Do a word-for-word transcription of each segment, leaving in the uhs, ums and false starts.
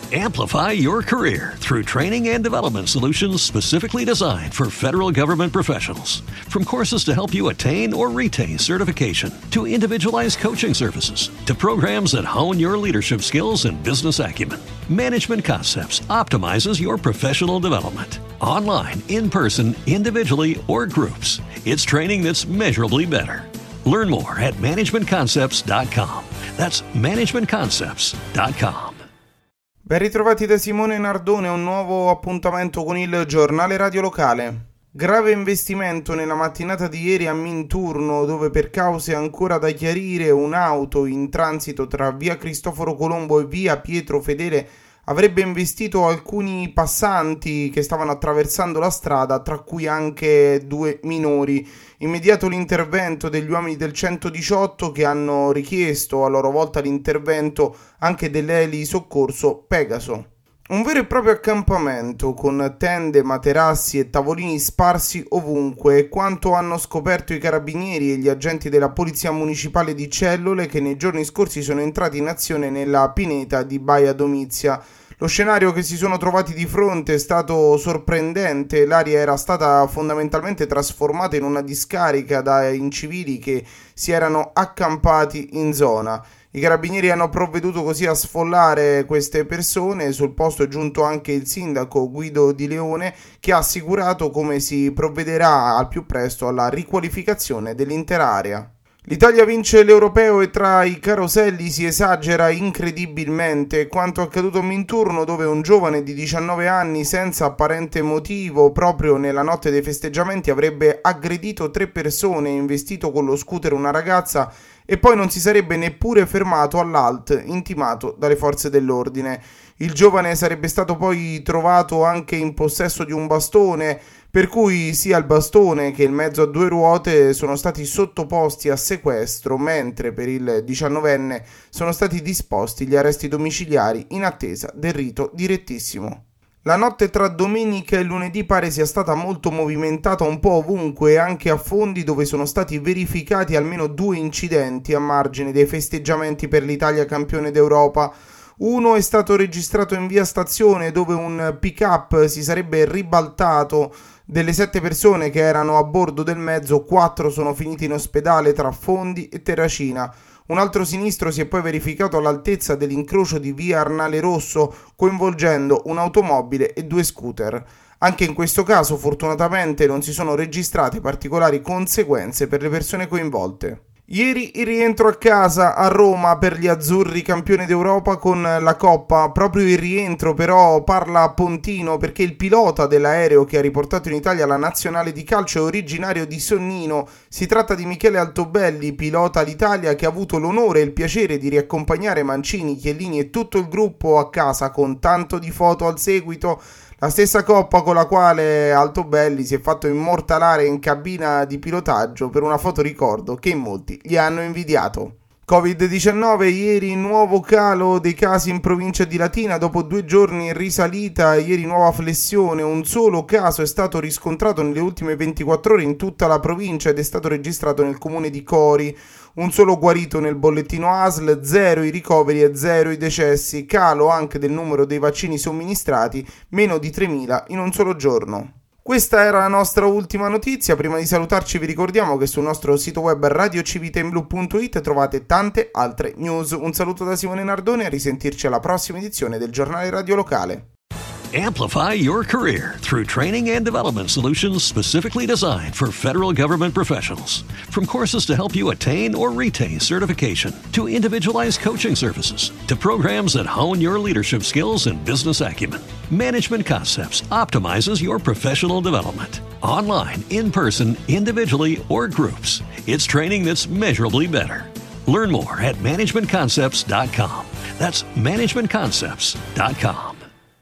Amplify your career through training and development solutions specifically designed for federal government professionals. From courses to help you attain or retain certification, to individualized coaching services, to programs that hone your leadership skills and business acumen, Management Concepts optimizes your professional development. Online, in person, individually, or groups, it's training that's measurably better. Learn more at management concepts dot com. That's management concepts dot com. Ben ritrovati da Simone Nardone, un nuovo appuntamento con il giornale radio locale. Grave investimento nella mattinata di ieri a Minturno, dove per cause ancora da chiarire un'auto in transito tra via Cristoforo Colombo e via Pietro Fedele avrebbe investito alcuni passanti che stavano attraversando la strada, tra cui anche due minori. Immediato l'intervento degli uomini del centodiciotto che hanno richiesto a loro volta l'intervento anche dell'Eli Soccorso Pegaso. Un vero e proprio accampamento con tende, materassi e tavolini sparsi ovunque, quanto hanno scoperto i carabinieri e gli agenti della Polizia Municipale di Cellole che nei giorni scorsi sono entrati in azione nella pineta di Baia Domizia. Lo scenario che si sono trovati di fronte è stato sorprendente, l'aria era stata fondamentalmente trasformata in una discarica da incivili che si erano accampati in zona. I carabinieri hanno provveduto così a sfollare queste persone. Sul posto è giunto anche il sindaco Guido Di Leone, che ha assicurato come si provvederà al più presto alla riqualificazione dell'intera area. L'Italia vince l'Europeo e tra i caroselli si esagera incredibilmente. Quanto accaduto a Minturno, dove un giovane di diciannove anni senza apparente motivo proprio nella notte dei festeggiamenti avrebbe aggredito tre persone e investito con lo scooter una ragazza e poi non si sarebbe neppure fermato all'A L T intimato dalle forze dell'ordine. Il giovane sarebbe stato poi trovato anche in possesso di un bastone, per cui sia il bastone che il mezzo a due ruote sono stati sottoposti a sequestro, mentre per il diciannovenne sono stati disposti gli arresti domiciliari in attesa del rito direttissimo. La notte tra domenica e lunedì pare sia stata molto movimentata un po' ovunque, anche a Fondi, dove sono stati verificati almeno due incidenti a margine dei festeggiamenti per l'Italia campione d'Europa. Uno è stato registrato in via Stazione, dove un pick-up si sarebbe ribaltato. Delle sette persone che erano a bordo del mezzo, quattro sono finiti in ospedale tra Fondi e Terracina. Un altro sinistro si è poi verificato all'altezza dell'incrocio di via Arnale Rosso, coinvolgendo un'automobile e due scooter. Anche in questo caso, fortunatamente, non si sono registrate particolari conseguenze per le persone coinvolte. Ieri il rientro a casa a Roma per gli azzurri campioni d'Europa con la Coppa. Proprio il rientro però parla a Pontino, perché il pilota dell'aereo che ha riportato in Italia la nazionale di calcio è originario di Sonnino. Si tratta di Michele Altobelli, pilota l'Italia, che ha avuto l'onore e il piacere di riaccompagnare Mancini, Chiellini e tutto il gruppo a casa con tanto di foto al seguito. La stessa coppa con la quale Altobelli si è fatto immortalare in cabina di pilotaggio per una foto ricordo che in molti gli hanno invidiato. covid diciannove, ieri nuovo calo dei casi in provincia di Latina dopo due giorni in risalita. Ieri nuova flessione, un solo caso è stato riscontrato nelle ultime ventiquattro ore in tutta la provincia ed è stato registrato nel comune di Cori. Un solo guarito nel bollettino A S L, zero i ricoveri e zero i decessi, calo anche del numero dei vaccini somministrati, meno di tremila in un solo giorno. Questa era la nostra ultima notizia. Prima di salutarci vi ricordiamo che sul nostro sito web radio civitanblu punto it trovate tante altre news. Un saluto da Simone Nardone e a risentirci alla prossima edizione del giornale radio locale. Amplify your career through training and development solutions specifically designed for federal government professionals. From courses to help you attain or retain certification, to individualized coaching services, to programs that hone your leadership skills and business acumen, Management Concepts optimizes your professional development. Online, in person, individually, or groups, it's training that's measurably better. Learn more at management concepts dot com. That's management concepts dot com.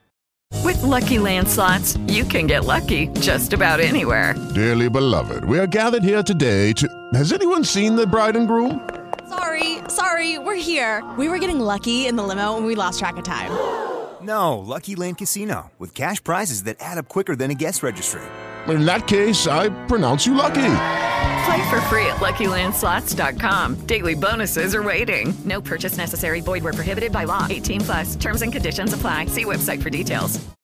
With Lucky Land Slots, you can get lucky just about anywhere. Dearly beloved, we are gathered here today to... Has anyone seen the bride and groom? Sorry, sorry, we're here. We were getting lucky in the limo and we lost track of time. No, Lucky Land Casino, with cash prizes that add up quicker than a guest registry. In that case, I pronounce you lucky. Play for free at lucky land slots dot com. Daily bonuses are waiting. No purchase necessary. Void where prohibited by law. eighteen plus. Terms and conditions apply. See website for details.